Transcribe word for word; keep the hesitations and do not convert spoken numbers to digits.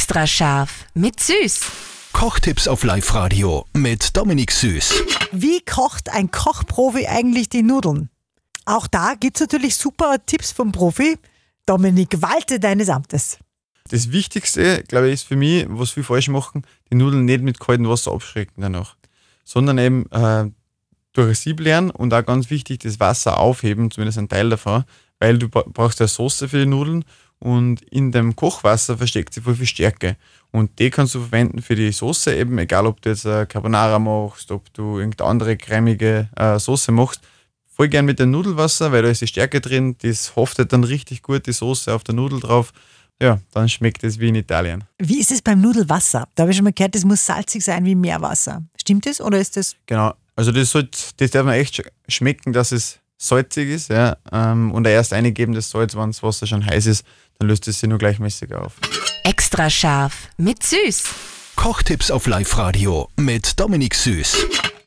Extra scharf mit Süß. Kochtipps auf Live-Radio mit Dominik Süß. Wie kocht ein Kochprofi eigentlich die Nudeln? Auch da gibt's natürlich super Tipps vom Profi. Dominik, walte deines Amtes. Das Wichtigste, glaube ich, ist für mich, was viele falsch machen, die Nudeln nicht mit kaltem Wasser abschrecken danach, sondern eben äh, durch ein Sieb leeren und auch ganz wichtig, das Wasser aufheben, zumindest ein Teil davon, weil du brauchst ja Soße für die Nudeln und in dem Kochwasser versteckt sich voll viel Stärke. Und die kannst du verwenden für die Soße eben, egal ob du jetzt eine Carbonara machst, ob du irgendeine andere cremige äh, Soße machst. Voll gern mit dem Nudelwasser, weil da ist die Stärke drin, das haftet dann richtig gut die Soße auf der Nudel drauf. Ja, dann schmeckt es wie in Italien. Wie ist es beim Nudelwasser? Da habe ich schon mal gehört, das muss salzig sein wie Meerwasser. Stimmt das oder ist das... Genau, also das, sollte, das darf man echt schmecken, dass es salzig ist. Ja, ähm, und erst eingeben das Salz, wenn das Wasser schon heiß ist, dann löst es sich nur gleichmäßig auf. Extra scharf mit Süß. Kochtipps auf Live-Radio mit Dominik Süß.